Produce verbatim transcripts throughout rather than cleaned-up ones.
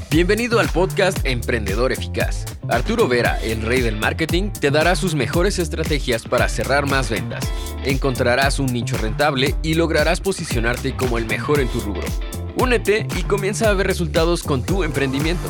Bienvenido al podcast Emprendedor Eficaz. Arturo Vera, el rey del marketing, te dará sus mejores estrategias para cerrar más ventas. Encontrarás un nicho rentable y lograrás posicionarte como el mejor en tu rubro. Únete y comienza a ver resultados con tu emprendimiento.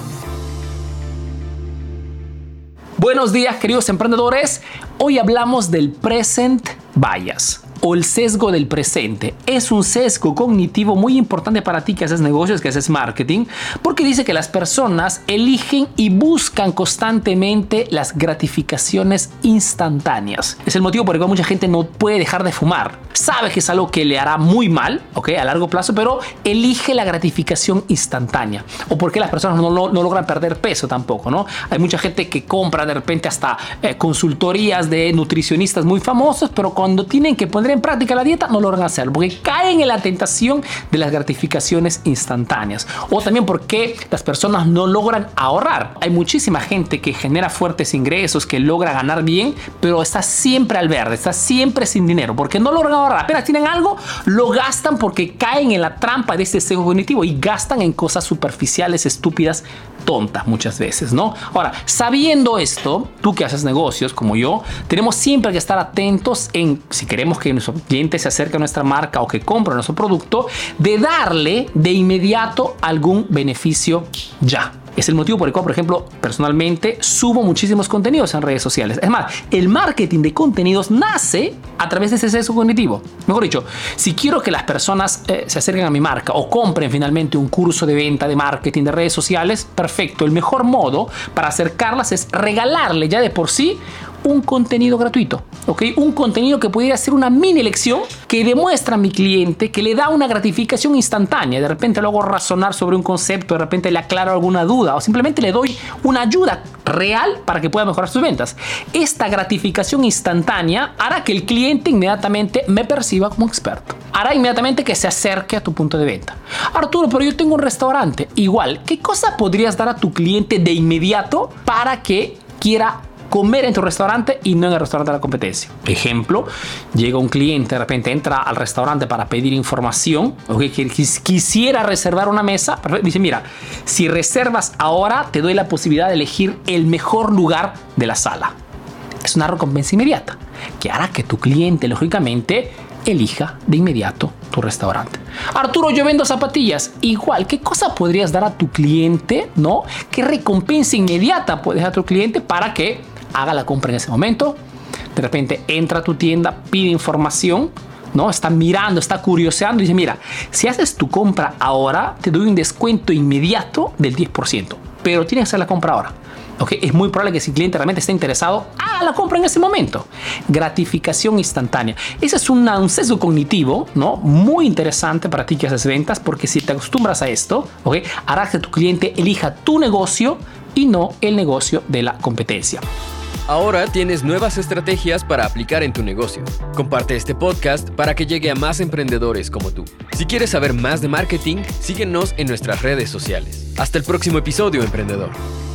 Buenos días, queridos emprendedores. Hoy hablamos del present bias o el sesgo del presente. Es un sesgo cognitivo muy importante para ti que haces negocios, que haces marketing, porque dice que las personas eligen y buscan constantemente las gratificaciones instantáneas. Es el motivo por el cual mucha gente no puede dejar de fumar. Sabe que es algo que le hará muy mal, ¿ok?, a largo plazo, pero elige la gratificación instantánea. O porque las personas no, no, no logran perder peso tampoco, ¿no? Hay mucha gente que compra de repente hasta eh, consultorías de nutricionistas muy famosos, pero cuando tienen que poner en práctica la dieta no logran hacerlo porque caen en la tentación de las gratificaciones instantáneas. O también porque las personas no logran ahorrar. Hay muchísima gente que genera fuertes ingresos, que logra ganar bien, pero está siempre al verde, está siempre sin dinero porque no logran ahorrar. Apenas tienen algo, lo gastan porque caen en la trampa de este sesgo cognitivo y gastan en cosas superficiales, estúpidas, tontas muchas veces, ¿no? Ahora, sabiendo esto, tú que haces negocios como yo, tenemos siempre que estar atentos en, si queremos que nuestro cliente se acerque a nuestra marca o que compre nuestro producto, de darle de inmediato algún beneficio ya. Es el motivo por el cual, por ejemplo, personalmente subo muchísimos contenidos en redes sociales. Es más, el marketing de contenidos nace a través de ese sesgo cognitivo. Mejor dicho, si quiero que las personas eh, se acerquen a mi marca o compren finalmente un curso de venta de marketing de redes sociales, perfecto. El mejor modo para acercarlas es regalarle ya de por sí un contenido gratuito, ¿ok? Un contenido que pudiera ser una mini lección que demuestra a mi cliente que le da una gratificación instantánea. De repente lo hago razonar sobre un concepto, de repente le aclaro alguna duda o simplemente le doy una ayuda real para que pueda mejorar sus ventas. Esta gratificación instantánea hará que el cliente inmediatamente me perciba como experto. Hará inmediatamente que se acerque a tu punto de venta. Arturo, pero yo tengo un restaurante. Igual, ¿qué cosa podrías dar a tu cliente de inmediato para que quiera comer en tu restaurante y no en el restaurante de la competencia? Ejemplo, llega un cliente, de repente entra al restaurante para pedir información, okay, que quisiera reservar una mesa, dice, mira, si reservas ahora te doy la posibilidad de elegir el mejor lugar de la sala. Es una recompensa inmediata que hará que tu cliente, lógicamente, elija de inmediato tu restaurante. Arturo, yo vendo zapatillas. Igual, ¿qué cosa podrías dar a tu cliente, no? ¿Qué recompensa inmediata puedes dar a tu cliente para que haga la compra en ese momento? De repente entra a tu tienda, pide información, ¿no? Está mirando, está curioseando y dice, mira, si haces tu compra ahora, te doy un descuento inmediato del diez por ciento, pero tienes que hacer la compra ahora. Okay, es muy probable que si el cliente realmente está interesado, haga la compra en ese momento. Gratificación instantánea. Ese es una, un sesgo cognitivo, ¿no? Muy interesante para ti que haces ventas, porque si te acostumbras a esto, okay, hará que tu cliente elija tu negocio y no el negocio de la competencia. Ahora tienes nuevas estrategias para aplicar en tu negocio. Comparte este podcast para que llegue a más emprendedores como tú. Si quieres saber más de marketing, síguenos en nuestras redes sociales. Hasta el próximo episodio, emprendedor.